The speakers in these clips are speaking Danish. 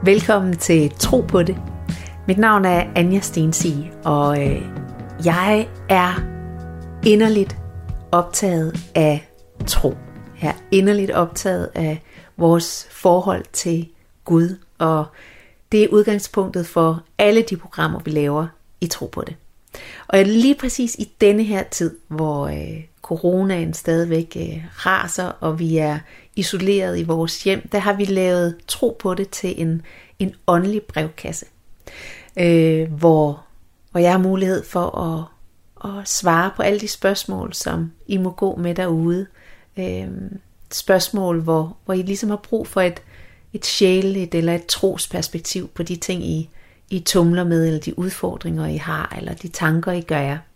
Velkommen til Tro på det. Mit navn er Anja Stensig, og jeg er inderligt optaget af tro. Jeg er inderligt optaget af vores forhold til Gud, og det er udgangspunktet for alle de programmer, vi laver i Tro på det. Og lige præcis i denne her tid, hvor coronaen stadigvæk raser, og vi er isoleret i vores hjem, der har vi lavet Tro på det til en åndelig brevkasse, hvor jeg har mulighed for at svare på alle de spørgsmål, som I må gå med derude. Spørgsmål, hvor I ligesom har brug for et sjæleligt eller et trosperspektiv på de ting, I tumler med, eller de udfordringer, I har, eller de tanker, I gør jer.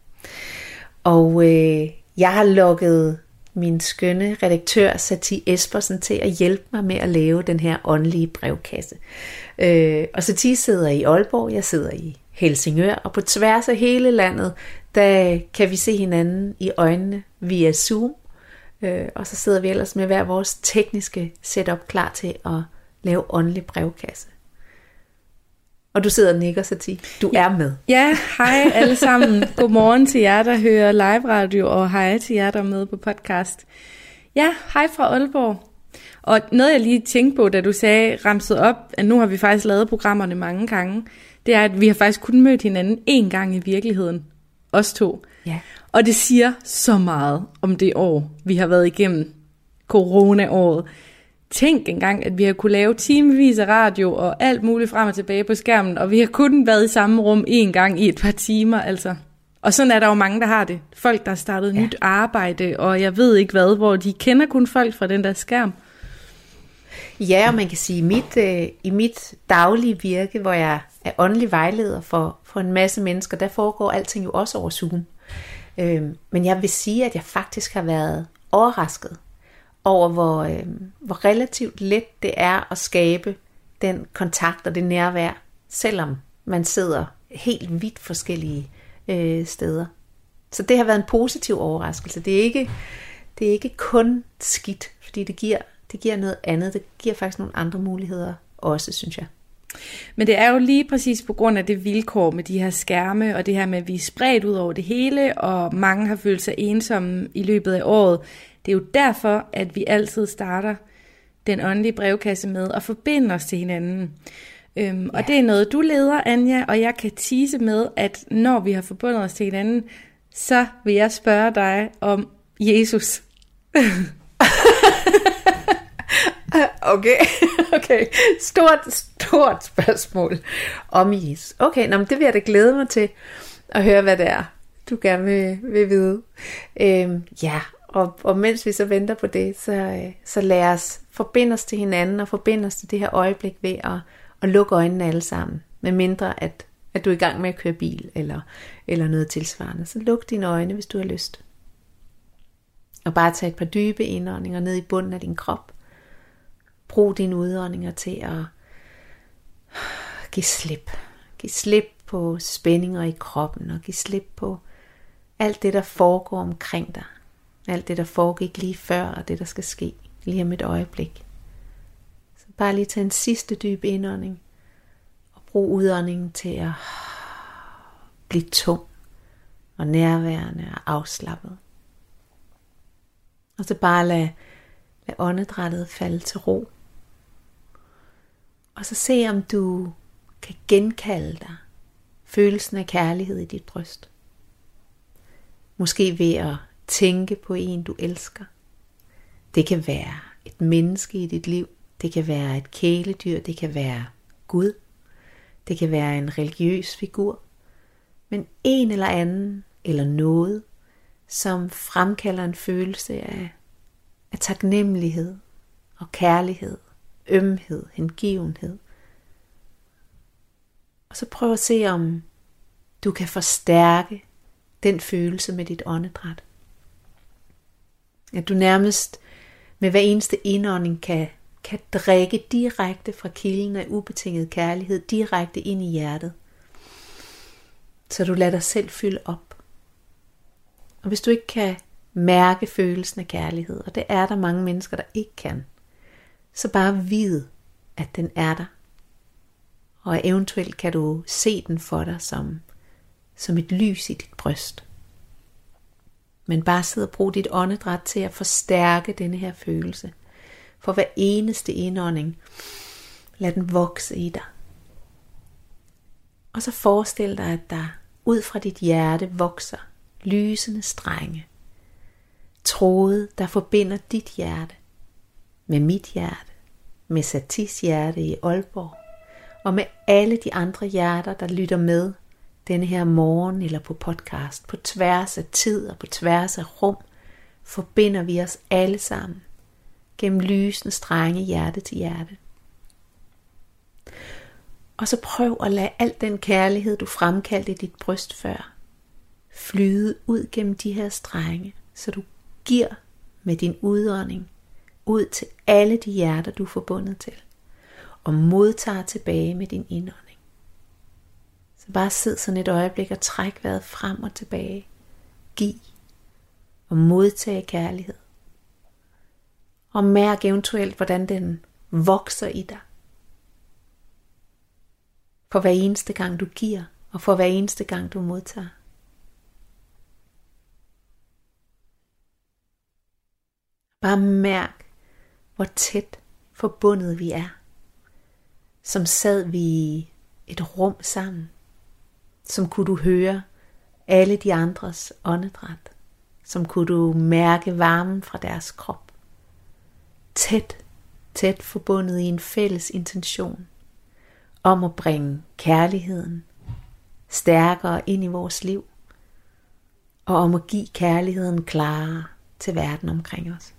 Og jeg har lukket min skønne redaktør, Satie Espersen, til at hjælpe mig med at lave den her åndelige brevkasse. Og Satie sidder i Aalborg, jeg sidder i Helsingør, og på tværs af hele landet, der kan vi se hinanden i øjnene via Zoom. Og så sidder vi ellers med hver vores tekniske setup klar til at lave åndelig brevkasse. Og du sidder og nikker, Satie. Du er med. Ja, hej alle sammen. Godmorgen til jer, der hører live radio, og hej til jer, der er med på podcast. Ja, hej fra Aalborg. Og noget jeg lige tænkte på, da du sagde, ramset op, at nu har vi faktisk lavet programmerne mange gange, det er, at vi har faktisk kun mødt hinanden én gang i virkeligheden. Os to. Ja. Og det siger så meget om det år, vi har været igennem, corona-året. Tænk engang, at vi har kunne lave timevis af radio og alt muligt frem og tilbage på skærmen, og vi har kun været i samme rum én gang i et par timer, altså. Og sådan er der jo mange, der har det. Folk, der har startet nyt arbejde, og jeg ved ikke hvad, hvor de kender kun folk fra den der skærm. Ja, og man kan sige, i mit daglige virke, hvor jeg er åndelig vejleder for en masse mennesker, der foregår alting jo også over Zoom. Men jeg vil sige, at jeg faktisk har været overrasket over, hvor relativt let det er at skabe den kontakt og det nærvær, selvom man sidder helt vidt forskellige steder. Så det har været en positiv overraskelse. Det er ikke kun skidt, fordi det giver noget andet. Det giver faktisk nogle andre muligheder også, synes jeg. Men det er jo lige præcis på grund af det vilkår med de her skærme, og det her med, at vi er spredt ud over det hele, og mange har følt sig ensomme i løbet af året. Det er jo derfor, at vi altid starter den åndelige brevkasse med at forbinde os til hinanden. Og det er noget, du leder, Anja, og jeg kan tease med, at når vi har forbundet os til hinanden, så vil jeg spørge dig om Jesus. Okay. Stort spørgsmål om Jesus. Okay, men det vil jeg da glæde mig til at høre, hvad det er, du gerne vil vide. Og mens vi så venter på det, så lad os forbinde os til hinanden og forbinde os til det her øjeblik ved at lukke øjnene alle sammen. Med mindre at du er i gang med at køre bil eller noget tilsvarende. Så luk dine øjne, hvis du har lyst. Og bare tage et par dybe indåndinger ned i bunden af din krop. Brug dine udåndinger til at give slip. Giv slip på spændinger i kroppen, og giv slip på alt det, der foregår omkring dig. Alt det, der foregik lige før, og det, der skal ske lige om et øjeblik. Så bare lige tage en sidste dyb indånding, og brug udåndingen til at blive tung, og nærværende og afslappet. Og så bare lad åndedrættet falde til ro. Og så se, om du kan genkalde dig følelsen af kærlighed i dit bryst. Måske ved at tænke på en, du elsker. Det kan være et menneske i dit liv. Det kan være et kæledyr. Det kan være Gud. Det kan være en religiøs figur. Men en eller anden eller noget, som fremkalder en følelse af taknemmelighed og kærlighed, ømhed, hengivenhed. Og så prøv at se, om du kan forstærke den følelse med dit åndedræt. At du nærmest med hver eneste indånding kan drikke direkte fra kilden af ubetinget kærlighed, direkte ind i hjertet. Så du lader dig selv fylde op. Og hvis du ikke kan mærke følelsen af kærlighed, og det er der mange mennesker, der ikke kan, så bare vide, at den er der. Og eventuelt kan du se den for dig som et lys i dit bryst. Men bare sid og brug dit åndedræt til at forstærke denne her følelse. For hver eneste indånding, lad den vokse i dig. Og så forestil dig, at der ud fra dit hjerte vokser lysende strenge. Tråde, der forbinder dit hjerte med mit hjerte, med Satis hjerte i Aalborg, og med alle de andre hjerter, der lytter med denne her morgen eller på podcast. På tværs af tid og på tværs af rum forbinder vi os alle sammen gennem lysende strenge hjerte til hjerte. Og så prøv at lade al den kærlighed, du fremkaldte i dit bryst før, flyde ud gennem de her strenge, så du giver med din udånding ud til alle de hjerter, du er forbundet til, og modtager tilbage med din indånding. Så bare sid sådan et øjeblik og træk vejret frem og tilbage. Giv og modtage kærlighed. Og mærk eventuelt, hvordan den vokser i dig. For hver eneste gang du giver, og for hver eneste gang du modtager. Bare mærk, hvor tæt forbundet vi er. Som sad vi i et rum sammen. Som kunne du høre alle de andres åndedræt. Som kunne du mærke varmen fra deres krop. Tæt forbundet i en fælles intention. Om at bringe kærligheden stærkere ind i vores liv. Og om at give kærligheden klarere til verden omkring os.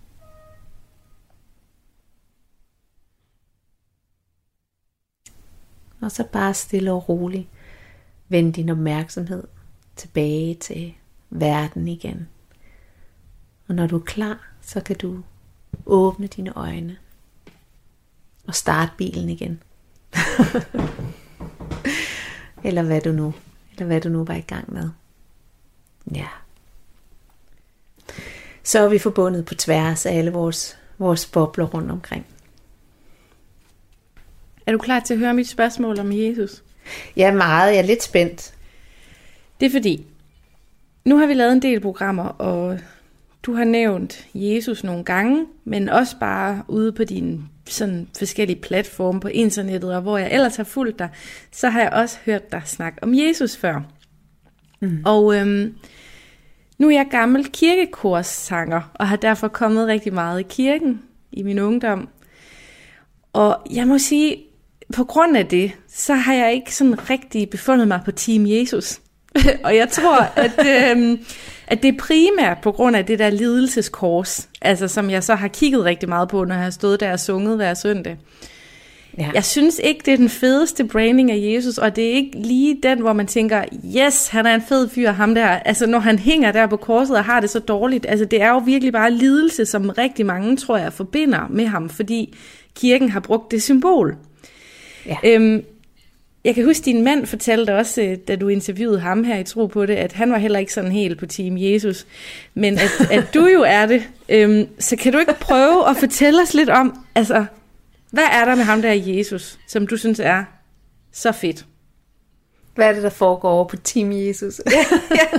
Og så bare stille og roligt vend din opmærksomhed tilbage til verden igen. Og når du er klar, så kan du åbne dine øjne og starte bilen igen. eller hvad du nu var i gang med. Ja. Så er vi forbundet på tværs af alle vores bobler rundt omkring. Er du klar til at høre mit spørgsmål om Jesus? Ja, meget. Jeg er lidt spændt. Det er fordi, nu har vi lavet en del programmer, og du har nævnt Jesus nogle gange, men også bare ude på dine sådan forskellige platforme på internettet, og hvor jeg ellers har fulgt dig, så har jeg også hørt dig snakke om Jesus før. Og nu er jeg gammel kirkekorssanger, og har derfor kommet rigtig meget i kirken i min ungdom. Og jeg må sige, på grund af det, så har jeg ikke sådan rigtig befundet mig på Team Jesus. Og jeg tror, at det er primært på grund af det der lidelseskors, altså som jeg så har kigget rigtig meget på, når jeg har stået der og sunget hver søndag. Ja. Jeg synes ikke, det er den fedeste branding af Jesus, og det er ikke lige den, hvor man tænker, yes, han er en fed fyr, ham der. Altså når han hænger der på korset og har det så dårligt, altså det er jo virkelig bare lidelse, som rigtig mange, tror jeg, forbinder med ham, fordi kirken har brugt det symbol. Ja. Jeg kan huske, din mand fortalte også, da du interviewede ham her i Tro på det, at han var heller ikke sådan helt på Team Jesus, men at du jo er det. Så kan du ikke prøve at fortælle os lidt om, altså, hvad er der med ham der Jesus, som du synes er så fedt? Hvad er det, der foregår over på Team Jesus? Ja.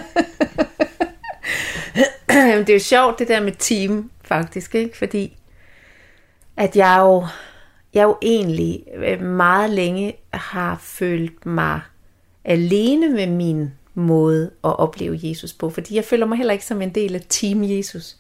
Det er jo sjovt, det der med team, faktisk, ikke? Fordi at jeg jo egentlig meget længe har følt mig alene med min måde at opleve Jesus på, fordi jeg føler mig heller ikke som en del af Team Jesus.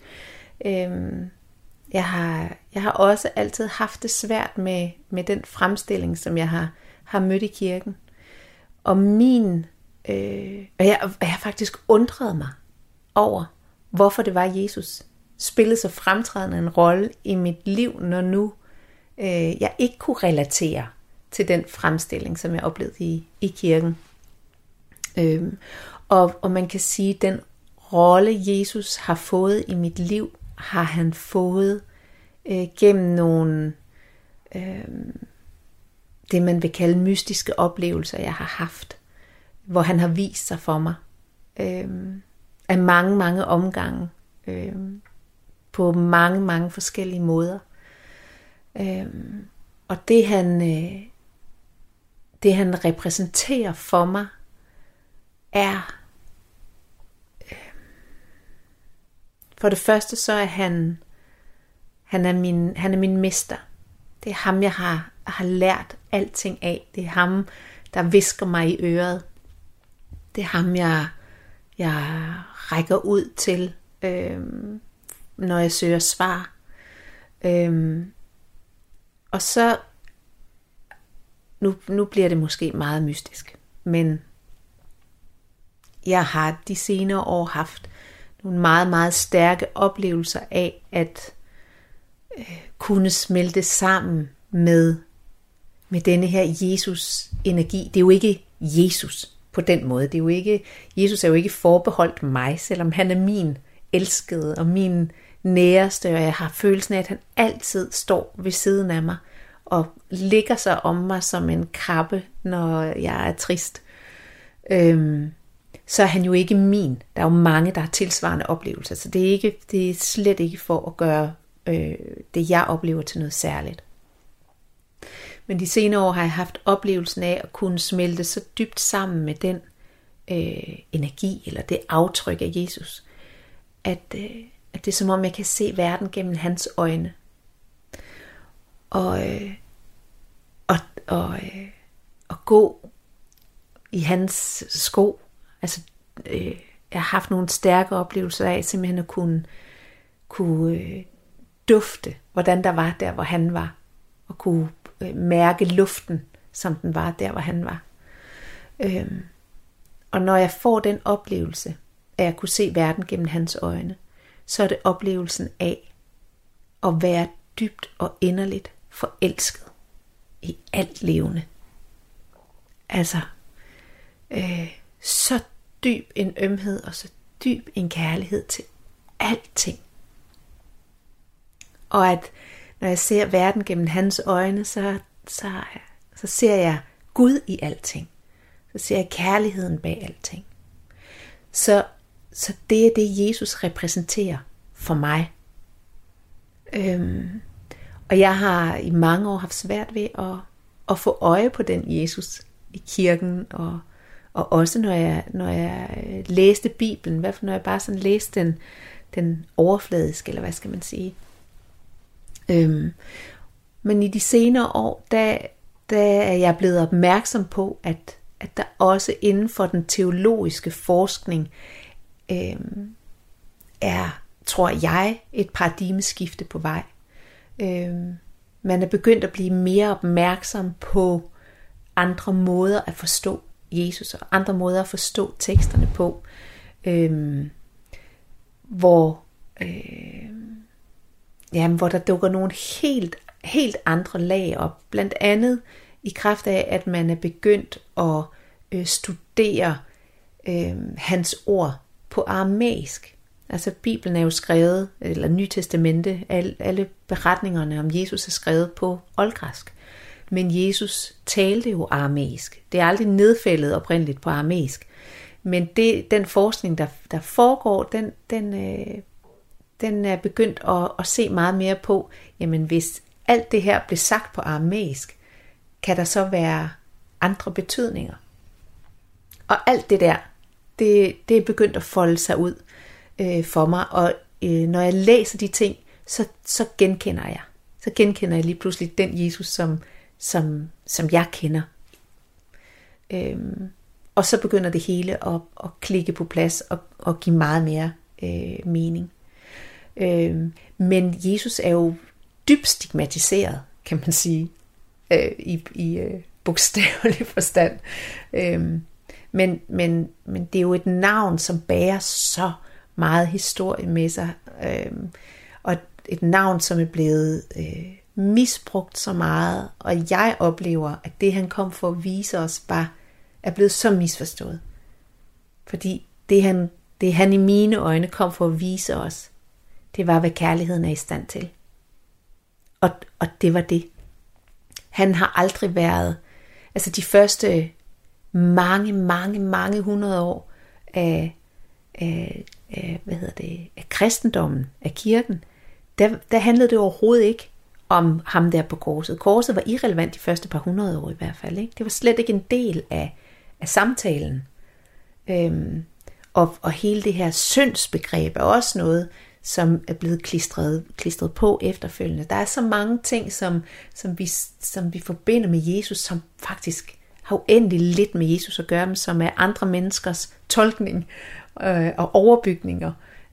Jeg har også altid haft det svært med den fremstilling, som jeg har mødt i kirken. Og jeg har faktisk undret mig over, hvorfor det var, Jesus spillede så fremtrædende en rolle i mit liv, når nu jeg ikke kunne relatere til den fremstilling, som jeg oplevede i kirken. Og man kan sige, at den rolle, Jesus har fået i mit liv, har han fået gennem nogle, det man vil kalde mystiske oplevelser, jeg har haft, hvor han har vist sig for mig af mange, mange omgange, på mange, mange forskellige måder. Og det det han repræsenterer for mig, er for det første, så er han er min mester. Det er ham, jeg har lært alting af. Det er ham, der hvisker mig i øret. Det er ham, jeg rækker ud til, når jeg søger svar. Og så, nu bliver det måske meget mystisk, men jeg har de senere år haft nogle meget, meget stærke oplevelser af at kunne smelte sammen med denne her Jesus-energi. Det er jo ikke Jesus på den måde. Det er jo ikke, Jesus er jo ikke forbeholdt mig, selvom han er min elskede og min næreste, og jeg har følelsen af, at han altid står ved siden af mig og ligger sig om mig som en krabbe, når jeg er trist. Så er han jo ikke min. Der er jo mange, der har tilsvarende oplevelser, så det er slet ikke for at gøre det, jeg oplever, til noget særligt. Men de senere år har jeg haft oplevelsen af at kunne smelte så dybt sammen med den energi, eller det aftryk af Jesus, at det er som om, jeg kan se verden gennem hans øjne. Og gå i hans sko. Altså, jeg har haft nogle stærke oplevelser af simpelthen at kunne dufte, hvordan der var der, hvor han var. Og kunne mærke luften, som den var der, hvor han var. Og når jeg får den oplevelse, at jeg kunne se verden gennem hans øjne, så er det oplevelsen af at være dybt og inderligt forelsket i alt levende. Altså, så dyb en ømhed og så dyb en kærlighed til alting. Og at når jeg ser verden gennem hans øjne, så ser jeg Gud i alting. Så ser jeg kærligheden bag alting. Så det er det, Jesus repræsenterer for mig. Og jeg har i mange år haft svært ved at få øje på den Jesus i kirken, og også når jeg læste Bibelen, hvad for når jeg bare sådan læste den overfladiske, eller hvad skal man sige. Men i de senere år, der er jeg blevet opmærksom på, at der også inden for den teologiske forskning er, tror jeg, et paradigmeskifte på vej. Man er begyndt at blive mere opmærksom på andre måder at forstå Jesus, og andre måder at forstå teksterne på, hvor der dukker nogle helt andre lag op, blandt andet i kraft af, at man er begyndt at studere hans ord på aramæisk. Altså Bibelen er jo skrevet, eller Nye Testamente, alle beretningerne om Jesus er skrevet på oldgræsk. Men Jesus talte jo aramæisk. Det er aldrig nedfældet oprindeligt på aramæisk. Men den forskning, der foregår, den er begyndt at se meget mere på, jamen hvis alt det her blev sagt på aramæisk, kan der så være andre betydninger. Og alt det der, det er begyndt at folde sig ud for mig, og når jeg læser de ting, så genkender jeg. Så genkender jeg lige pludselig den Jesus, som jeg kender. Og så begynder det hele at klikke på plads og give meget mere mening. Men Jesus er jo dybt stigmatiseret, kan man sige, i bogstavelig forstand. Men det er jo et navn, som bærer så meget historie med sig, og et navn, som er blevet misbrugt så meget, og jeg oplever, at det han kom for at vise os, bare er blevet så misforstået. Fordi det han i mine øjne kom for at vise os, det var, hvad kærligheden er i stand til. Og det var det. Han har aldrig været, altså de første mange hundrede år af kristendommen, af kirken, der handlede det overhovedet ikke om ham der på korset. Korset var irrelevant de første par 100 år i hvert fald. Ikke? Det var slet ikke en del af samtalen. Og hele det her syndsbegreb er også noget, som er blevet klistret på efterfølgende. Der er så mange ting, som vi forbinder med Jesus, som faktisk har uendelig lidt med Jesus at gøre, men som er andre menneskers tolkning og overbygninger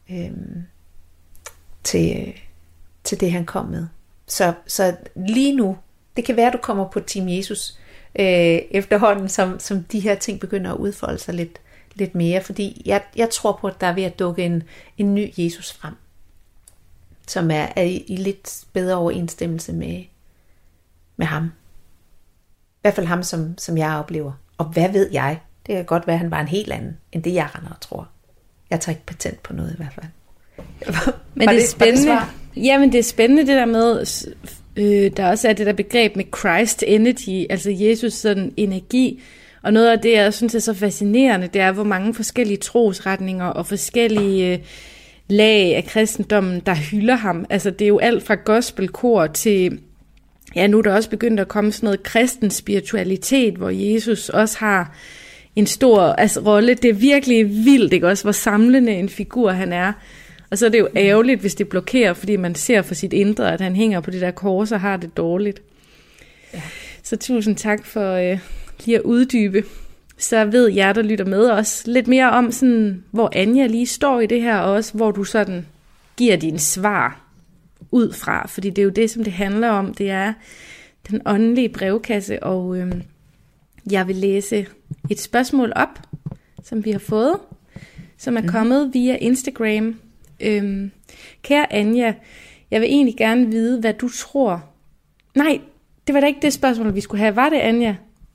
til det, han kom med. Så lige nu, det kan være, at du kommer på Team Jesus efterhånden, som de her ting begynder at udfolde sig lidt mere, fordi jeg tror på, at der er ved at dukke en ny Jesus frem, som er i lidt bedre overensstemmelse med ham. I hvert fald ham, som jeg oplever. Og hvad ved jeg? Det kan godt være, at han var en helt anden, end det jeg render og tror. Jeg tager ikke patent på noget i hvert fald. Men det er spændende. Jamen det er spændende det der med, der også er det der begreb med Christ energy, altså Jesus sådan energi. Og noget af det, jeg synes er så fascinerende, det er, hvor mange forskellige trosretninger og forskellige lag af kristendommen, der hylder ham. Altså det er jo alt fra gospelkor til, ja nu er der også begyndt at komme sådan noget kristen spiritualitet, hvor Jesus også har en stor rolle. Det er virkelig vildt, ikke også, hvor samlende en figur han er. Og så er det jo ærgerligt, hvis det blokerer, fordi man ser for sit indre, at han hænger på det der kors og har det dårligt. Ja. Så tusind tak for lige at uddybe. Så ved jeg, der lytter med os lidt mere om, sådan, hvor Anja lige står i det her, og også hvor du sådan giver dine svar ud fra. Fordi det er jo det, som det handler om. Det er den åndelige brevkasse, og jeg vil læse et spørgsmål op, som vi har fået, som er kommet via Instagram. Kære Anja, jeg vil egentlig gerne vide, hvad du tror. Nej, det var da ikke det spørgsmål, vi skulle have. Var det, Anja?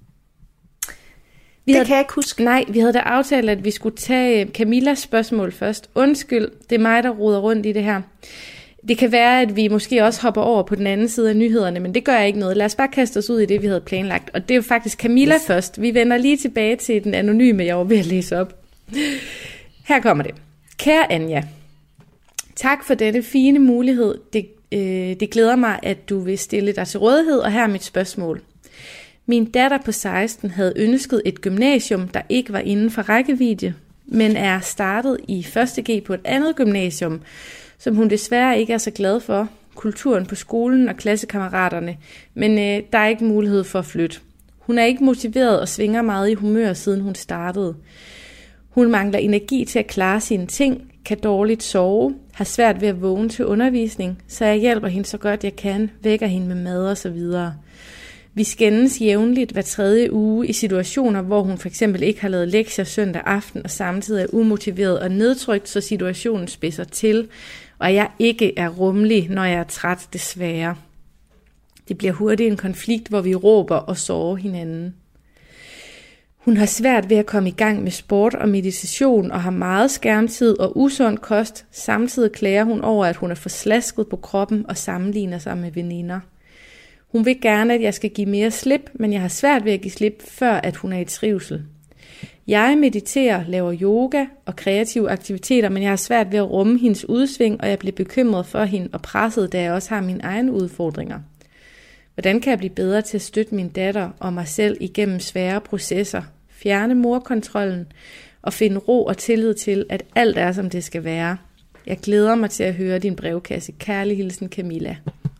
Kan jeg ikke huske. Nej, vi havde da aftalt, at vi skulle tage Camillas spørgsmål først. Undskyld, det er mig, der roder rundt i det her. Det kan være, at vi måske også hopper over på den anden side af nyhederne, men det gør ikke noget. Lad os bare kaste os ud i det, vi havde planlagt. Og det er jo faktisk Camilla først. Vi vender lige tilbage til den anonyme, jeg var ved at læse op. Her kommer det. Kære Anja, tak for denne fine mulighed. Det glæder mig, at du vil stille dig til rådighed, og her er mit spørgsmål. Min datter på 16 havde ønsket et gymnasium, der ikke var inden for rækkevidde, men er startet i 1.G på et andet gymnasium, som hun desværre ikke er så glad for. Kulturen på skolen og klassekammeraterne, men der er ikke mulighed for at flytte. Hun er ikke motiveret og svinger meget i humør, siden hun startede. Hun mangler energi til at klare sine ting, kan dårligt sove, har svært ved at vågne til undervisning, så jeg hjælper hende så godt jeg kan, vækker hende med mad og så videre. Vi skændes jævnligt hver 3. uge i situationer, hvor hun for eksempel ikke har lavet lektier søndag aften og samtidig er umotiveret og nedtrykt, så situationen spidser til, og jeg ikke er rummelig, når jeg er træt, desværre. Det bliver hurtigt en konflikt, hvor vi råber og sårer hinanden. Hun har svært ved at komme i gang med sport og meditation og har meget skærmtid og usund kost. Samtidig klager hun over, at hun er for slasket på kroppen og sammenligner sig med veninder. Hun vil gerne, at jeg skal give mere slip, men jeg har svært ved at give slip, før at hun er i trivsel. Jeg mediterer, laver yoga og kreative aktiviteter, men jeg har svært ved at rumme hendes udsving, og jeg bliver bekymret for hende og presset, da jeg også har mine egne udfordringer. Hvordan kan jeg blive bedre til at støtte min datter og mig selv igennem svære processer, fjerne morkontrollen og finde ro og tillid til, at alt er, som det skal være? Jeg glæder mig til at høre din brevkasse. Kærlig hilsen, Camilla.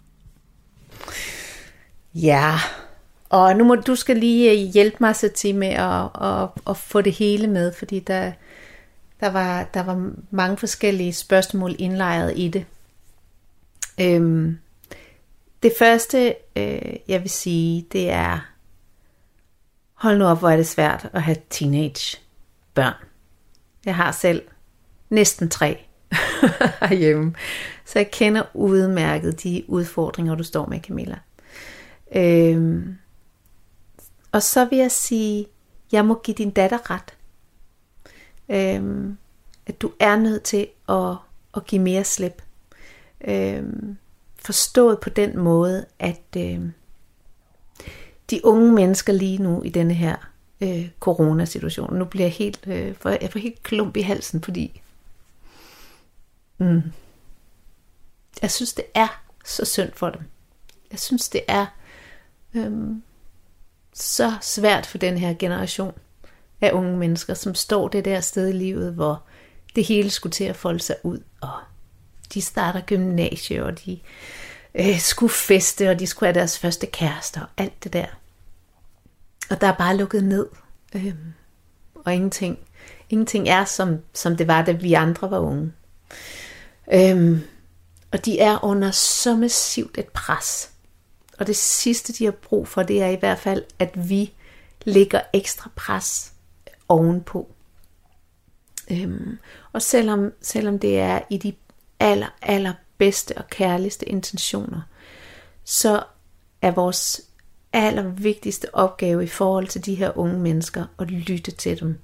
Ja, og du skal lige hjælpe mig så til med at få det hele med, fordi der var mange forskellige spørgsmål indlejret i det. Det første, jeg vil sige, det er, hold nu op, hvor er det svært at have teenage børn. Jeg har selv næsten 3 herhjemme, så jeg kender udmærket de udfordringer, du står med, Camilla. Og så vil jeg sige, jeg må give din datter ret. At du er nødt til at give mere slip. Forstået på den måde, at de unge mennesker lige nu i denne her coronasituation, nu bliver jeg får helt klump i halsen, fordi jeg synes, det er så synd for dem. Jeg synes, det er så svært for den her generation af unge mennesker, som står det der sted i livet, hvor det hele skulle til at folde sig ud, og de starter gymnasie, og de skulle feste, og de skulle have deres første kærester, og alt det der. Og der er bare lukket ned, og ingenting er, som det var, da vi andre var unge. Og de er under så massivt et pres. Og det sidste, de har brug for, det er i hvert fald, at vi lægger ekstra pres ovenpå. Og selvom det er i de allerbedste og kærligste intentioner, så er vores allervigtigste opgave i forhold til de her unge mennesker at lytte til dem.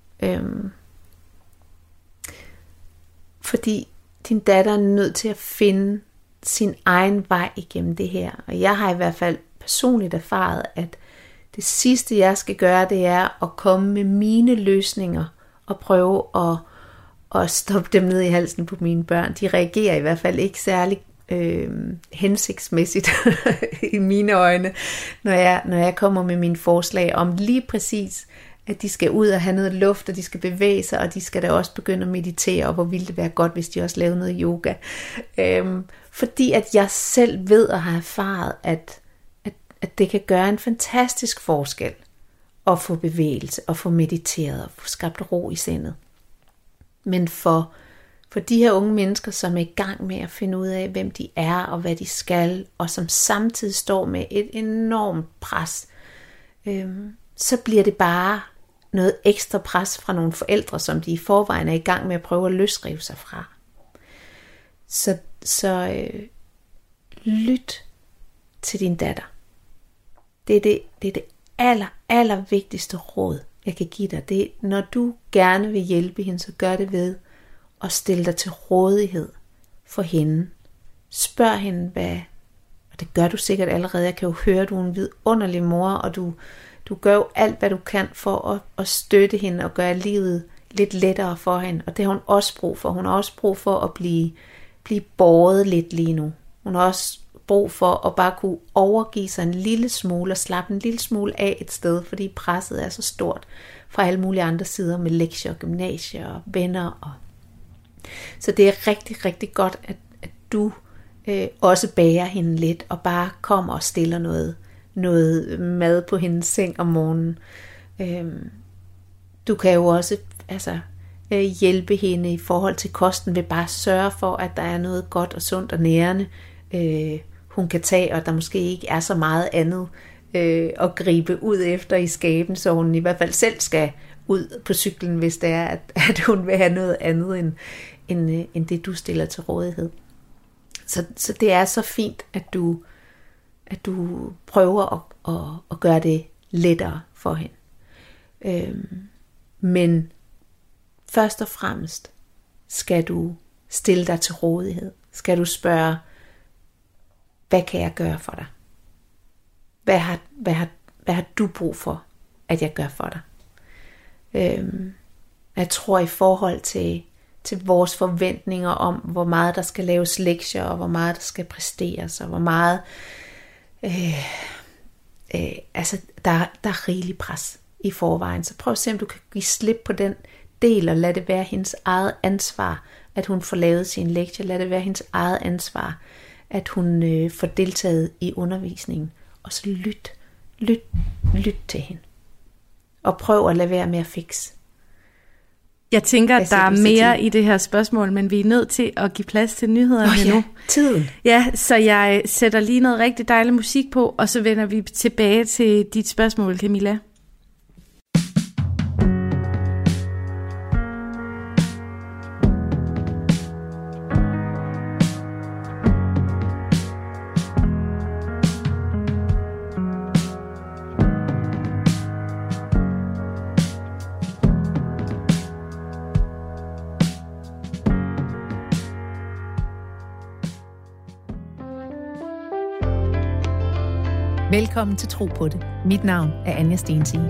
Fordi din datter er nødt til at finde sin egen vej igennem det her. Og jeg har i hvert fald personligt erfaret, at det sidste jeg skal gøre, det er at komme med mine løsninger og prøve at stoppe dem ned i halsen på mine børn. De reagerer i hvert fald ikke særlig hensigtsmæssigt i mine øjne, når jeg kommer med mine forslag om lige præcis, at de skal ud og have noget luft, og de skal bevæge sig, og de skal da også begynde at meditere, og hvor ville det være godt, hvis de også lavede noget yoga. Fordi at jeg selv ved og har erfaret, at det kan gøre en fantastisk forskel at få bevægelse, og få mediteret, og få skabt ro i sindet. Men for de her unge mennesker, som er i gang med at finde ud af, hvem de er, og hvad de skal, og som samtidig står med et enormt pres, så bliver det bare noget ekstra pres fra nogle forældre, som de i forvejen er i gang med at prøve at løsrive sig fra. Så lyt til din datter. Det er det aller vigtigste råd, jeg kan give dig. Det er, når du gerne vil hjælpe hende, så gør det ved at stille dig til rådighed for hende. Spørg hende, og det gør du sikkert allerede. Jeg kan jo høre, at du er en vidunderlig mor, og du gør jo alt, hvad du kan for at støtte hende og gøre livet lidt lettere for hende. Og det har hun også brug for. Hun har også brug for at blive båret lidt lige nu. Hun har også brug for at bare kunne overgive sig en lille smule og slappe en lille smule af et sted, fordi presset er så stort fra alle mulige andre sider med lektier og gymnasier og venner. Så det er rigtig, rigtig godt, at du også bager hende lidt og bare kommer og stiller noget mad på hendes seng om morgenen. Du kan jo også hjælpe hende i forhold til kosten ved bare sørge for, at der er noget godt og sundt og nærende, hun kan tage, og der måske ikke er så meget andet at gribe ud efter i skabet, så hun i hvert fald selv skal ud på cyklen, hvis det er, at hun vil have noget andet end det, du stiller til rådighed. Så det er så fint, at du prøver at gøre det lettere for hende. Men først og fremmest skal du stille dig til rådighed. Skal du spørge, hvad kan jeg gøre for dig? Hvad har du brug for, at jeg gør for dig? Jeg tror i forhold til vores forventninger om, hvor meget der skal laves lektier, og hvor meget der skal præsteres, og hvor meget der er rigelig pres i forvejen. Så prøv at se, om du kan give slip på den del, og lad det være hendes eget ansvar, at hun får lavet sine lektier. Lad det være hendes eget ansvar, at hun får deltaget i undervisningen. Og så lyt til hende. Og prøv at lade være med at fikse. Jeg tænker, at der er mere i det her spørgsmål, men vi er nødt til at give plads til nyhederne nu. Tiden. Ja, så jeg sætter lige noget rigtig dejlig musik på, og så vender vi tilbage til dit spørgsmål, Camilla. Velkommen til Tro på det. Mit navn er Anja Stensige.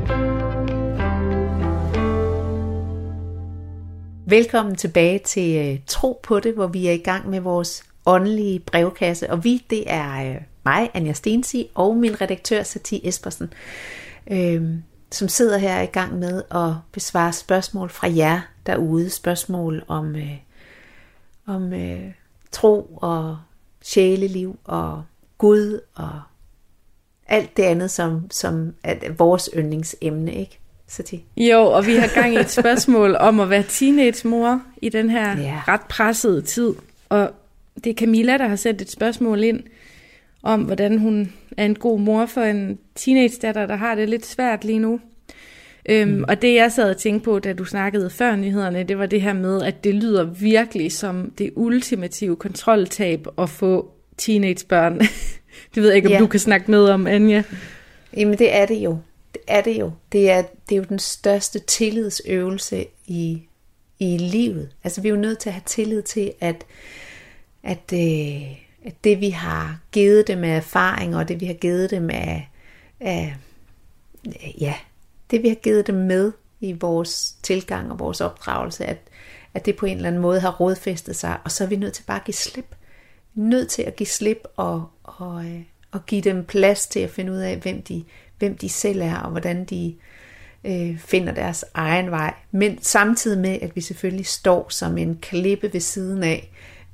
Velkommen tilbage til Tro på det, hvor vi er i gang med vores åndelige brevkasse. Og vi, det er mig, Anja Stensi, og min redaktør, Satie Espersen, som sidder her i gang med at besvare spørgsmål fra jer derude. Spørgsmål om tro og sjæleliv og Gud og alt det andet, som er vores yndlingsemne, ikke? Satie? Jo, og vi har gang i et spørgsmål om at være teenagemor i den her ret pressede tid. Og det er Camilla, der har sendt et spørgsmål ind om, hvordan hun er en god mor for en teenage-datter, der har det lidt svært lige nu. Og det jeg sad og tænkte på, da du snakkede før nyhederne, det var det her med, at det lyder virkelig som det ultimative kontroltab at få teenagebørn. Det ved jeg ikke, om du kan snakke med om, Anja. Jamen det er det jo. Det er jo den største tillidsøvelse i livet. Altså vi er jo nødt til at have tillid til, at det vi har givet dem af erfaring, og det vi har givet dem det vi har givet dem med i vores tilgang og vores opdragelse, at det på en eller anden måde har rodfæstet sig, og så er vi nødt til bare at give slip. Vi er nødt til at give slip og give dem plads til at finde ud af, hvem de selv er, og hvordan de finder deres egen vej. Men samtidig med, at vi selvfølgelig står som en klippe ved siden af,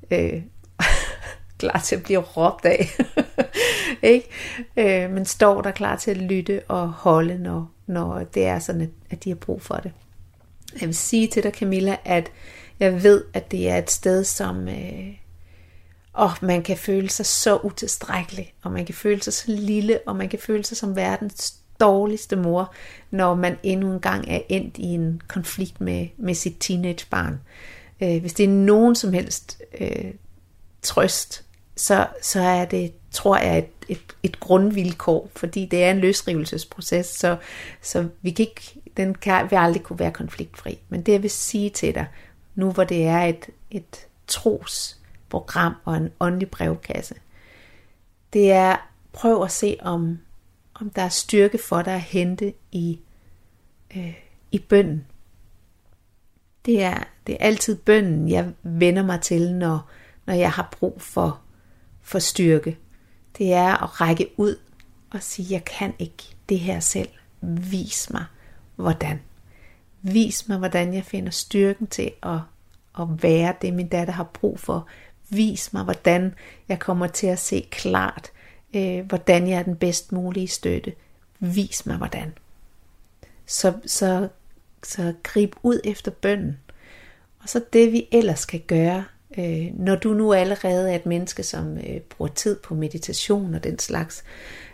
klar til at blive råbt af. Ikke? Men står der klar til at lytte og holde, når det er sådan, at de har brug for det. Jeg vil sige til dig, Camilla, at jeg ved, at det er et sted, som man kan føle sig så utilstrækkelig, og man kan føle sig så lille, og man kan føle sig som verdens dårligste mor, når man endnu en gang er endt i en konflikt med sit teenagebarn. Hvis det er nogen som helst trøst, så er det, tror jeg, et grundvilkår, fordi det er en løsrivelsesproces, så den vil aldrig kunne være konfliktfri. Men det jeg vil sige til dig, nu hvor det er et trosprogram og en åndelig brevkasse, det er, prøv at se om der er styrke for dig at hente i bønnen. Det er altid bønnen, jeg vender mig til, når jeg har brug for styrke. Det er at række ud og sige, jeg kan ikke det her selv. Vis mig, hvordan. Vis mig, hvordan jeg finder styrken til at være det, min datter har brug for. Vis mig, hvordan jeg kommer til at se klart, hvordan jeg er den bedst mulige støtte. Vis mig, hvordan. Så grib ud efter bønnen. Og så det, vi ellers skal gøre, når du nu allerede er et menneske, som bruger tid på meditation og den slags,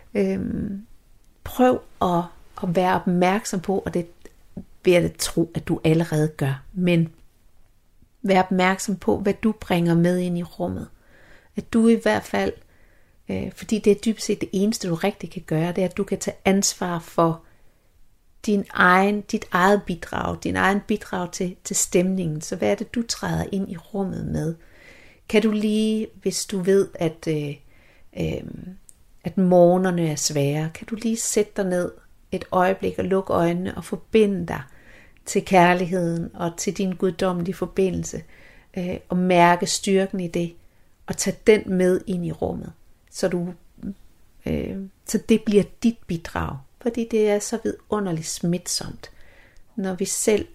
prøv at være opmærksom på, og det vil jeg tro, at du allerede gør, men vær opmærksom på, hvad du bringer med ind i rummet. At du i hvert fald, fordi det er dybest set det eneste, du rigtig kan gøre, det er, at du kan tage ansvar for dit eget bidrag, din egen bidrag til stemningen. Så hvad er det, du træder ind i rummet med? Kan du lige, hvis du ved, at morgenerne er svære, kan du lige sætte dig ned et øjeblik og lukke øjnene og forbinde dig til kærligheden og til din guddommelige forbindelse, og mærke styrken i det, og tage den med ind i rummet, så det bliver dit bidrag. Fordi det er så vidunderligt smitsomt, når vi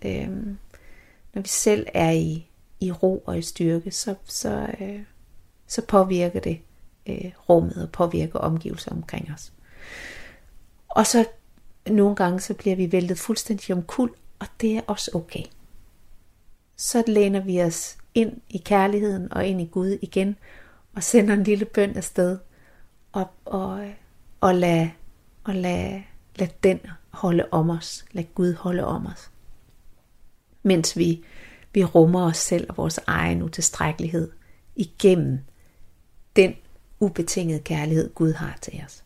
selv er i ro og i styrke, så påvirker det rummet og påvirker omgivelser omkring os. Og så nogle gange så bliver vi væltet fuldstændig omkuld, og det er også okay. Så læner vi os ind i kærligheden og ind i Gud igen, og sender en lille bøn afsted, og lad den holde om os. Lad Gud holde om os. Mens vi rummer os selv og vores egen utilstrækkelighed igennem den ubetingede kærlighed, Gud har til os.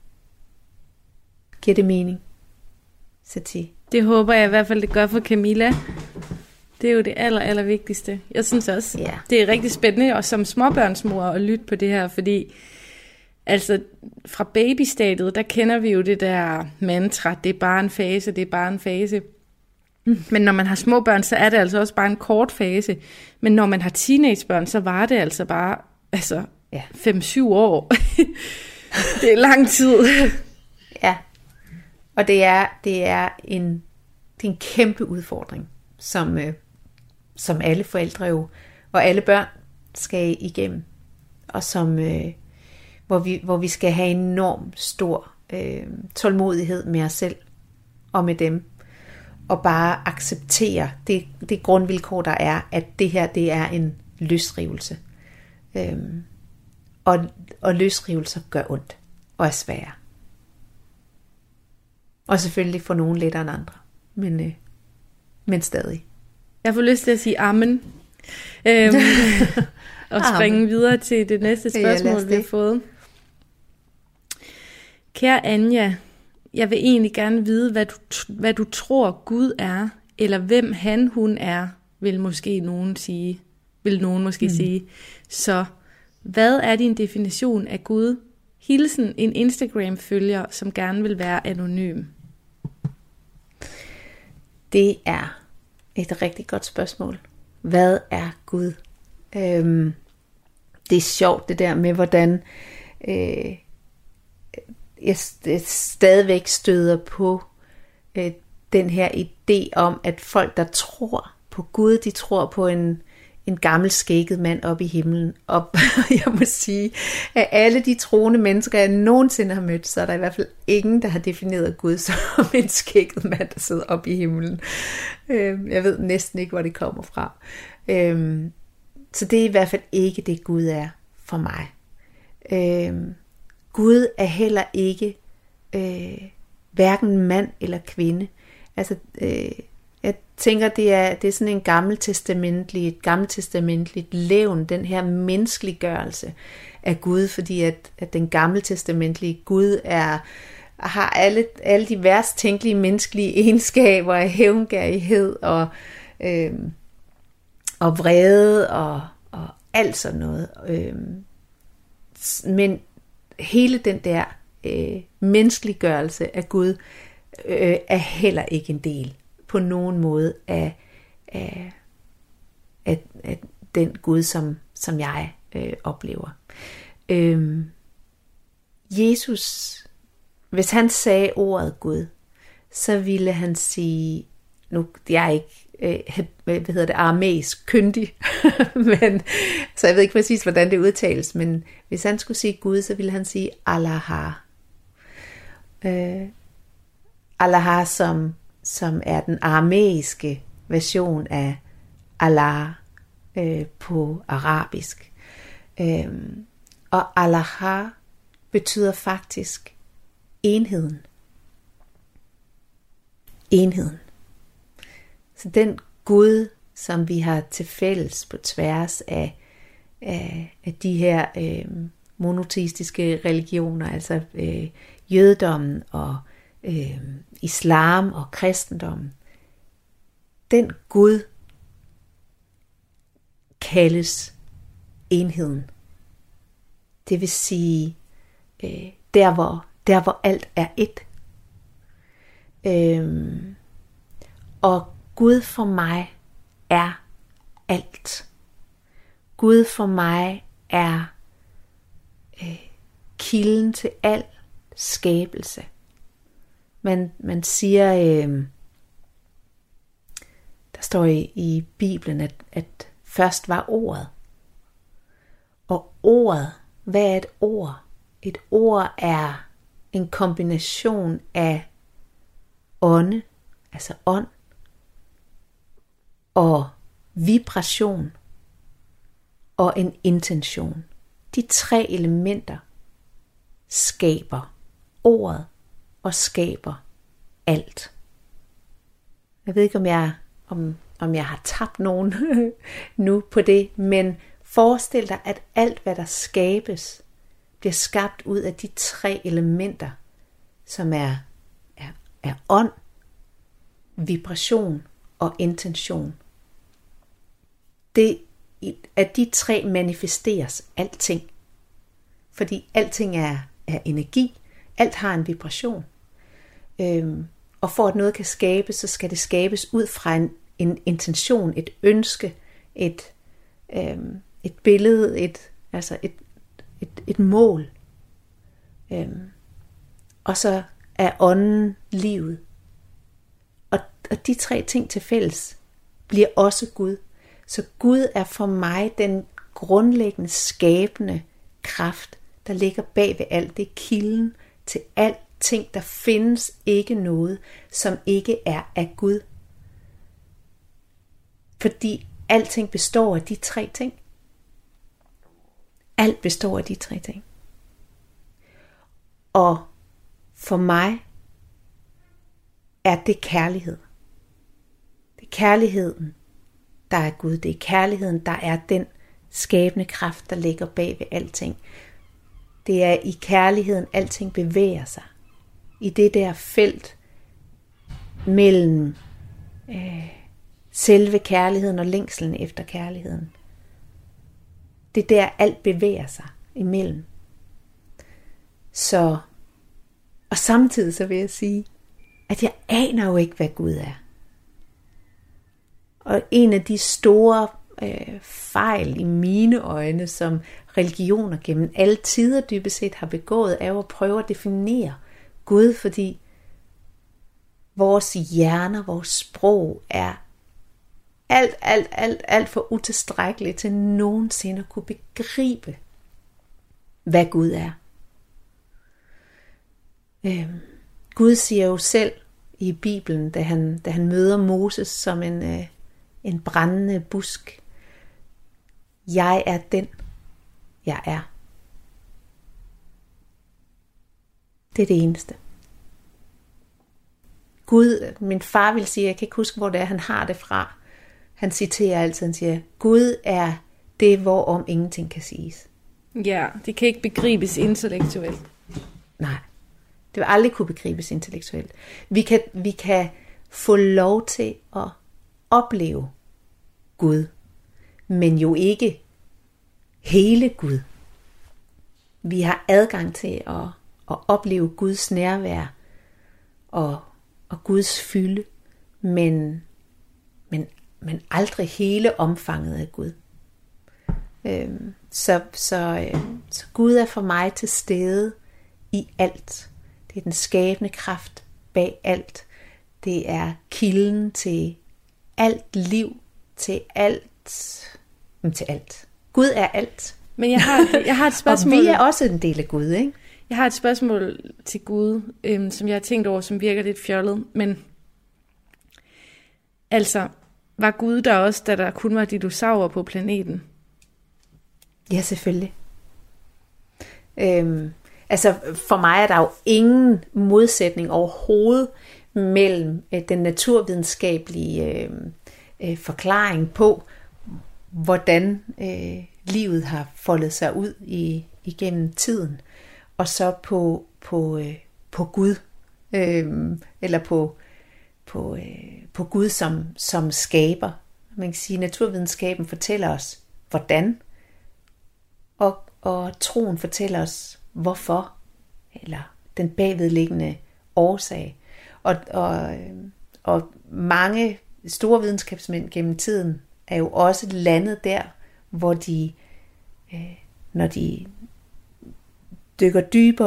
Giver det mening, Satie? Det håber jeg i hvert fald, det gør for Camilla. Det er jo det aller vigtigste. Jeg synes også, det er rigtig spændende, og som småbørnsmor at lytte på det her, fordi altså fra babystadiet, der kender vi jo det der mantra, det er bare en fase, det er bare en fase. Men når man har små børn, så er det altså også bare en kort fase. Men når man har teenagebørn, så var det altså bare 5-7 år. Det er lang tid. Ja, og det er en kæmpe udfordring, som alle forældre jo, og alle børn skal igennem, og hvor vi skal have enormt stor tålmodighed med os selv og med dem, og bare acceptere det grundvilkår, der er, at det her, det er en løsrivelse. Og løsrivelser gør ondt og er svære. Og selvfølgelig for nogen lettere end andre, men stadig. Jeg får lyst til at sige amen. Og springe videre til det næste spørgsmål, vi har fået. Kære Anja, jeg vil egentlig gerne vide, hvad du tror Gud er, eller hvem hun er, vil nogen måske sige. Så hvad er din definition af Gud? Hilsen en Instagram-følger, som gerne vil være anonym. Det er et rigtig godt spørgsmål. Hvad er Gud? Det er sjovt det der med, hvordan jeg stadigvæk støder på den her idé om, at folk, der tror på Gud, de tror på en gammel skægget mand oppe i himlen. Og jeg må sige, at alle de troende mennesker, jeg nogensinde har mødt, så er der i hvert fald ingen, der har defineret Gud som en skægget mand, der sidder oppe i himlen. Jeg ved næsten ikke, hvor det kommer fra. Så det er i hvert fald ikke det, Gud er for mig. Gud er heller ikke hverken mand eller kvinde. Altså, jeg tænker, det er sådan en gammeltestamentligt levn, den her menneskeliggørelse af Gud, fordi at den gammeltestamentlige Gud har alle de værst tænkelige menneskelige egenskaber af hævngerrighed og vrede og alt sådan noget. Men hele den der menneskeliggørelse af Gud er heller ikke en del på nogen måde af den Gud, som jeg oplever. Jesus, hvis han sagde ordet Gud, så ville han sige, nu jeg er ikke aramæisk kyndig, men, så jeg ved ikke præcis, hvordan det udtales, men hvis han skulle sige Gud, så ville han sige Allah. Allah, som er den aramæiske version af Allah på arabisk. Og Allah betyder faktisk enheden. Enheden. Så den Gud, som vi har til fælles på tværs af de her monoteistiske religioner, altså jødedommen og islam og kristendommen, den Gud kaldes enheden. Det vil sige, der hvor alt er ét. Og Gud for mig er alt. Gud for mig er kilden til al skabelse. Man siger, der står i Bibelen, at først var ordet. Og ordet, hvad er et ord? Et ord er en kombination af ånde, altså ånd, og vibration og en intention. De tre elementer skaber ordet og skaber alt. Jeg ved ikke, om jeg har tabt nogen nu på det, men forestil dig, at alt, hvad der skabes, bliver skabt ud af de tre elementer, som er ånd, vibration og intention. Det, at de tre manifesteres alting. Fordi alting er energi. Alt har en vibration. Og for at noget kan skabes, så skal det skabes ud fra en intention, et ønske, et billede, et mål. Og så er ånden livet. Og de 3 ting til fælles bliver også Gud. Så Gud er for mig den grundlæggende skabende kraft, der ligger bag ved alt. Det er kilden til alting. Der findes ikke noget, som ikke er af Gud. Fordi alting består af de 3 ting. Alt består af de 3 ting. Og for mig er det kærlighed. Det er kærligheden, der er Gud. Det er kærligheden, der er den skabende kraft, der ligger bag ved alting. Det er i kærligheden, alting bevæger sig. I det der felt mellem selve kærligheden og længslen efter kærligheden. Det er der, alt bevæger sig imellem. Så, og samtidig så vil jeg sige, at jeg aner jo ikke, hvad Gud er. Og en af de store fejl i mine øjne, som religioner gennem alle tider dybest set har begået, er jo at prøve at definere Gud, fordi vores hjerner, vores sprog er alt for utilstrækkeligt til nogensinde at kunne begribe, hvad Gud er. Gud siger jo selv i Bibelen, da han møder Moses som en brændende busk: jeg er den, jeg er. Det er det eneste. Gud, min far vil sige, jeg kan ikke huske, hvor det er, han har det fra. Han citerer altid, han siger, Gud er det, hvorom ingenting kan siges. Ja, det kan ikke begribes intellektuelt. Nej, det vil aldrig kunne begribes intellektuelt. Vi kan få lov til at opleve Gud, men jo ikke hele Gud. Vi har adgang til at opleve Guds nærvær og Guds fylde, men aldrig hele omfanget af Gud. Så Gud er for mig til stede i alt. Det er den skabende kraft bag alt. Det er kilden til alt liv, til alt. Gud er alt. Men jeg har et spørgsmål. Og vi er også en del af Gud, ikke? Jeg har et spørgsmål til Gud, som jeg har tænkt over, som virker lidt fjollet. Men altså, var Gud der også, da der kun var dinosaurer på planeten? Ja, selvfølgelig. Altså, for mig er der jo ingen modsætning overhovedet mellem den naturvidenskabelige forklaring på, hvordan livet har foldet sig ud igennem tiden, og så på Gud, eller på Gud som skaber. Man kan sige, at naturvidenskaben fortæller os, hvordan, og troen fortæller os, hvorfor, eller den bagvedliggende årsag. Og mange store videnskabsmænd gennem tiden er jo også landet der, hvor de, når de dykker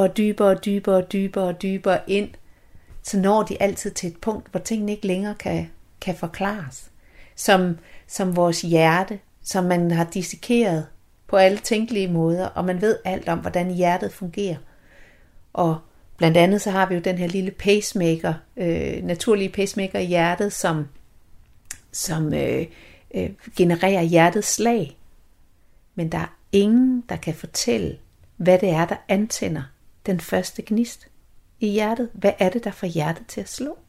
dybere ind, så når de altid til et punkt, hvor tingene ikke længere kan forklares. Som vores hjerte, som man har dissekeret på alle tænkelige måder, og man ved alt om, hvordan hjertet fungerer. Og blandt andet så har vi jo den her lille pacemaker, naturlige pacemaker i hjertet, som genererer hjertets slag. Men der er ingen, der kan fortælle, hvad det er, der antænder den første gnist i hjertet. Hvad er det, der får hjertet til at slå?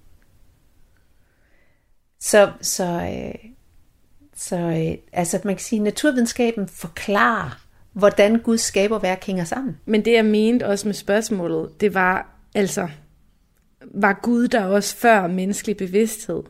Altså man kan sige, at naturvidenskaben forklarer, hvordan Guds skaberværk hænger sammen. Men det jeg mente også med spørgsmålet, det var altså, var Gud der også før menneskelig bevidsthed?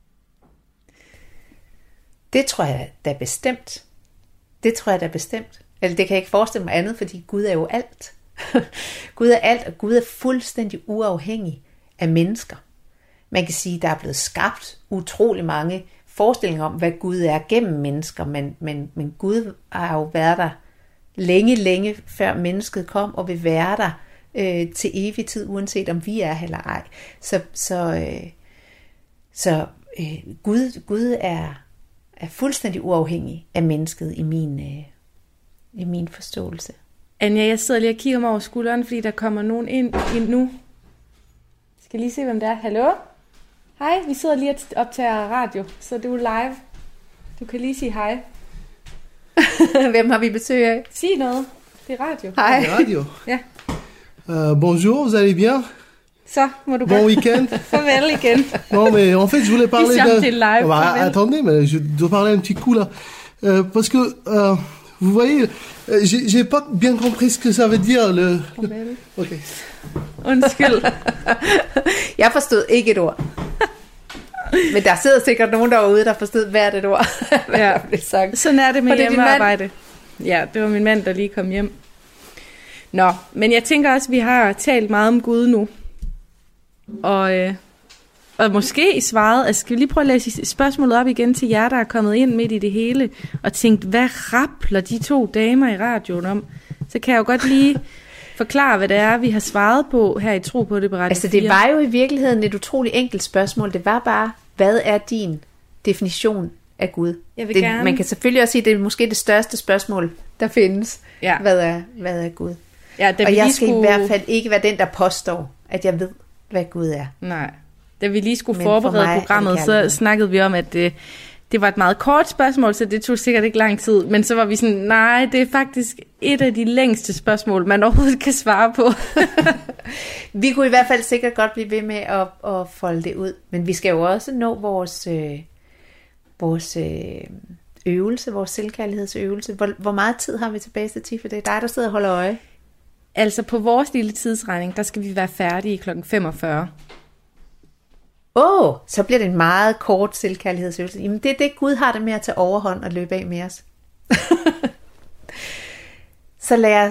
Det tror jeg da bestemt. Eller det kan jeg ikke forestille mig andet, fordi Gud er jo alt. Gud er alt, og Gud er fuldstændig uafhængig af mennesker. Man kan sige, at der er blevet skabt utrolig mange forestillinger om, hvad Gud er gennem mennesker, men Gud har jo været der længe før mennesket kom, og vil være der til evig tid, uanset om vi er her eller ej. Så Gud er fuldstændig uafhængig af mennesket i min forståelse. Anja, jeg sidder lige og kigger mig over skulderen, fordi der kommer nogen ind nu. Jeg skal lige se, hvem det er. Hallo? Hej, vi sidder lige og optager radio, så du er live. Du kan lige sige hej. Hvem har vi besøg af? Sig noget. Det er radio. Hej. Radio. Ja. Bonjour, vous allez bien? Så må du Bon godt. week-end. Farvel igen. Non, mais en fait, je voulais parler Ligesom det er live. Farvel. attendez, mais je dois parler un petit coup là. Parce que, vous voyez, j'ai pas bien compris ce que ça veut dire. Farvel. Okay. Undskyld. Jeg forstod ikke et ord. Men der sidder sikkert nogen derude, der forstod hvert et ord. Hvad Ja. der blev sagt. Sådan er det med Og det er din mand. hjemmearbejde. Ja, det var min mand, der lige kom hjem. Nå, men jeg tænker også, at vi har talt meget om Gud nu. Og måske svaret, altså skal vi lige prøve at læse spørgsmålet op igen til jer, der er kommet ind midt i det hele, og tænkt, hvad rappler de 2 damer i radioen om? Så kan jeg jo godt lige forklare, hvad det er, vi har svaret på her i Tro på det på Radio 4. Altså det var jo i virkeligheden et utroligt enkelt spørgsmål. Det var bare, hvad er din definition af Gud? Jeg vil gerne- Man kan selvfølgelig også sige, at det er måske det største spørgsmål, der findes. Ja. Hvad er Gud? Ja, da Og vi jeg lige skal skulle... i hvert fald ikke være den, der påstår, at jeg ved, hvad Gud er. Nej. Da vi lige skulle Men for forberede mig er det programmet, så kærlighed. snakkede vi om, at det var et meget kort spørgsmål, så det tog sikkert ikke lang tid. Men så var vi sådan, nej, det er faktisk et af de længste spørgsmål, man overhovedet kan svare på. Vi kunne i hvert fald sikkert godt blive ved med at folde det ud. Men vi skal jo også nå vores øvelse, vores selvkærlighedsøvelse. Hvor meget tid har vi tilbage til, Tiff? Det er dig, der sidder og holder øje. Altså på vores lille tidsregning, der skal vi være færdige kl. 45. Så bliver det en meget kort selvkærlighedsøvelse. Jamen det er det, Gud har det med at tage overhånd og løbe af med os. Så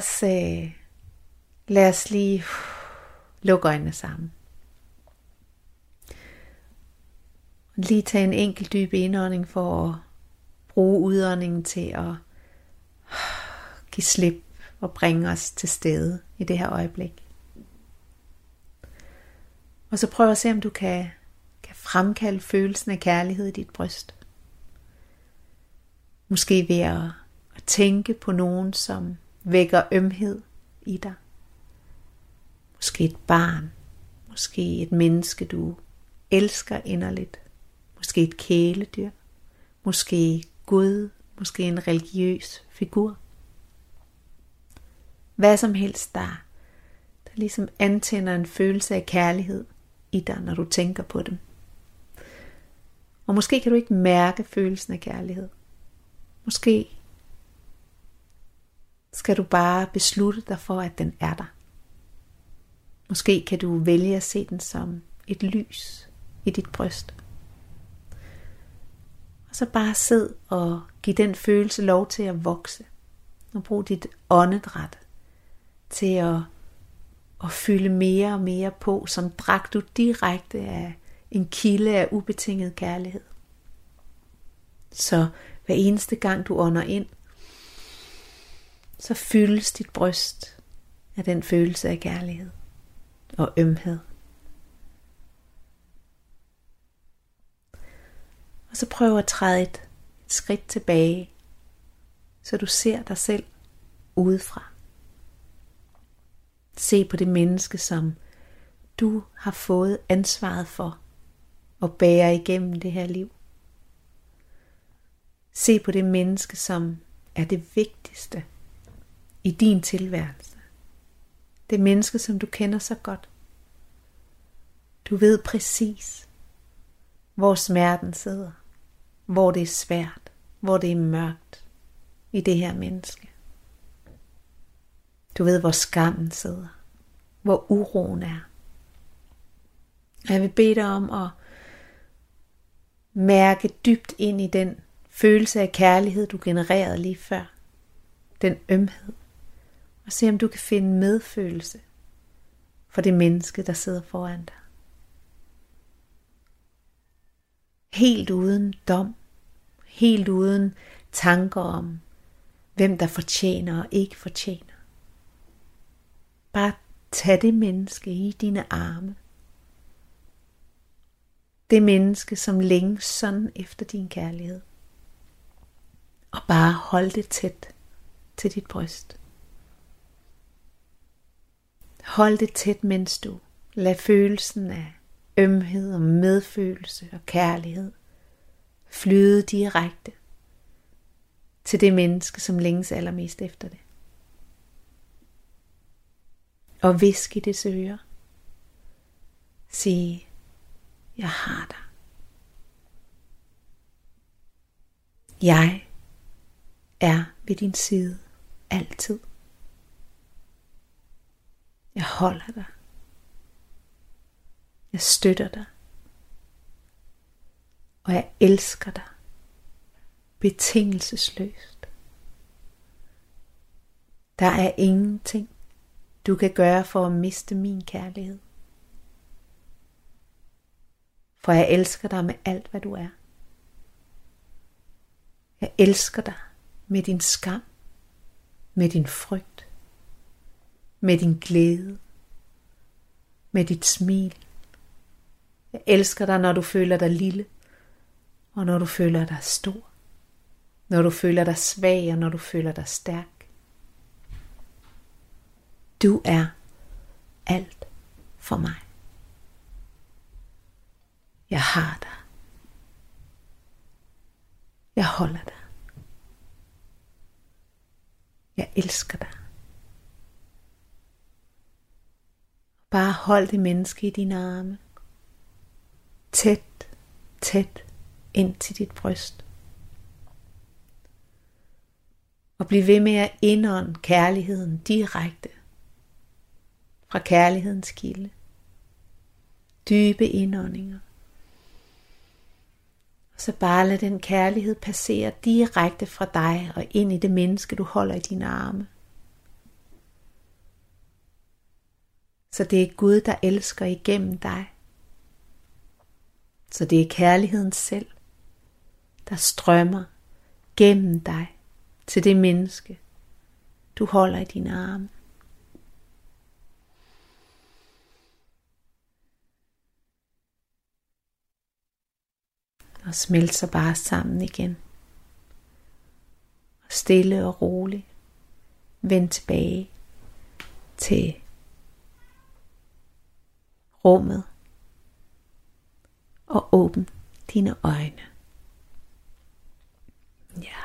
lad os lige lukke øjnene sammen. Lige tage en enkelt dyb indånding for at bruge udåndingen til at give slip og bringe os til stede i det her øjeblik. Og så prøv at se, om du kan fremkalde følelsen af kærlighed i dit bryst. Måske ved at tænke på nogen, som vækker ømhed i dig. Måske et barn. Måske et menneske, du elsker inderligt. Måske et kæledyr. Måske Gud. Måske en religiøs figur. Hvad som helst, der ligesom antænder en følelse af kærlighed i dig, når du tænker på dem. Og måske kan du ikke mærke følelsen af kærlighed. Måske skal du bare beslutte dig for, at den er der. Måske kan du vælge at se den som et lys i dit bryst. Og så bare sid og giv den følelse lov til at vokse. Og brug dit åndedræt til at fylde mere og mere på, som drak du direkte af en kilde af ubetinget kærlighed. Så hver eneste gang du ånder ind, så fyldes dit bryst af den følelse af kærlighed og ømhed. Og så prøv at træde et skridt tilbage, så du ser dig selv udefra. Se på det menneske, som du har fået ansvaret for at bære igennem det her liv. Se på det menneske, som er det vigtigste i din tilværelse. Det menneske, som du kender så godt. Du ved præcis, hvor smerten sidder, hvor det er svært, hvor det er mørkt i det her menneske. Du ved, hvor skammen sidder, hvor uroen er. Og jeg vil bede dig om at mærke dybt ind i den følelse af kærlighed, du genererede lige før. Den ømhed. Og se, om du kan finde medfølelse for det menneske, der sidder foran dig. Helt uden dom. Helt uden tanker om, hvem der fortjener og ikke fortjener. Bare Tag det menneske i dine arme. Det menneske, som længes sådan efter din kærlighed. Og bare hold det tæt til dit bryst. Hold det tæt, mens du lader følelsen af ømhed og medfølelse og kærlighed flyde direkte til det menneske, som længes allermest efter det. Og hvisk i dets øre. Sig, jeg har dig. Jeg er ved din side altid. Jeg holder dig. Jeg støtter dig. Og jeg elsker dig. Betingelsesløst. Der er ingenting, du kan gøre for at miste min kærlighed. For jeg elsker dig med alt, hvad du er. Jeg elsker dig med din skam, med din frygt, med din glæde, med dit smil. Jeg elsker dig, når du føler dig lille, og når du føler dig stor, når du føler dig svag, og når du føler dig stærk. Du er alt for mig. Jeg har dig. Jeg holder dig. Jeg elsker dig. Bare hold det menneske i dine arme. Tæt, tæt ind til dit bryst. Og bliv ved med at indånde kærligheden direkte fra kærlighedens kilde. Dybe indåndinger. Og så bare lad den kærlighed passere direkte fra dig og ind i det menneske, du holder i dine arme. Så det er Gud, der elsker igennem dig. Så det er kærligheden selv, der strømmer gennem dig til det menneske, du holder i dine arme. Og smelt sig bare sammen igen. Og stille og roligt vend tilbage til rummet. Og åbn dine øjne. Ja.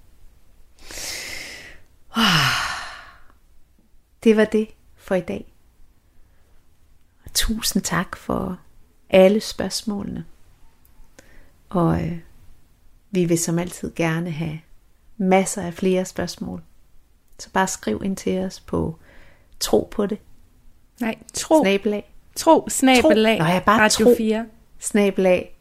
Det var det for i dag. Og tusind tak for alle spørgsmålene. Og vi vil som altid gerne have masser af flere spørgsmål. Så bare skriv ind til os på tro på det. Nej, tro. Snabelag. Tro, snabelag. Nå, jeg bare Radio tro. 4. Snabelag.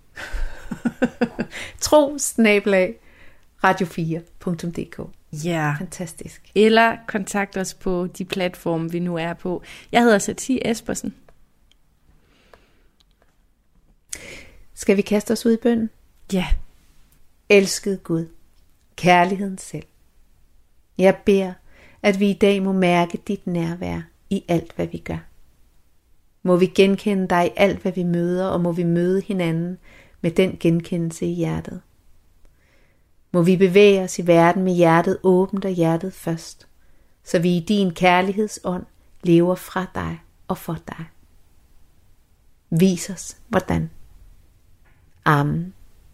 Tro, snabelag. Radio4.dk. Ja. Fantastisk. Eller kontakt os på de platforme, vi nu er på. Jeg hedder Satie Espersen. Skal vi kaste os ud i bønnen? Ja. Elskede Gud, kærligheden selv. Jeg beder, at vi i dag må mærke dit nærvær i alt, hvad vi gør. Må vi genkende dig i alt, hvad vi møder, og må vi møde hinanden med den genkendelse i hjertet. Må vi bevæge os i verden med hjertet åbent og hjertet først, så vi i din kærlighedsånd lever fra dig og for dig. Vis os, hvordan. Amen.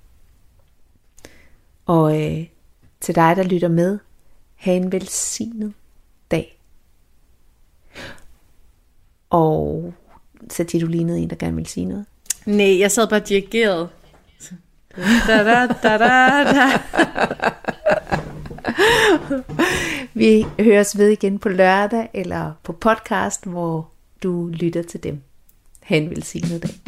Og til dig, der lytter med, have en velsignet dag. Og så du lignede en, der gerne ville sige noget. Nej, jeg sad bare dirigeret. Da, da, da, da, da. Vi høres ved igen på lørdag eller på podcast, hvor du lytter til dem. Ha' en velsignet dag.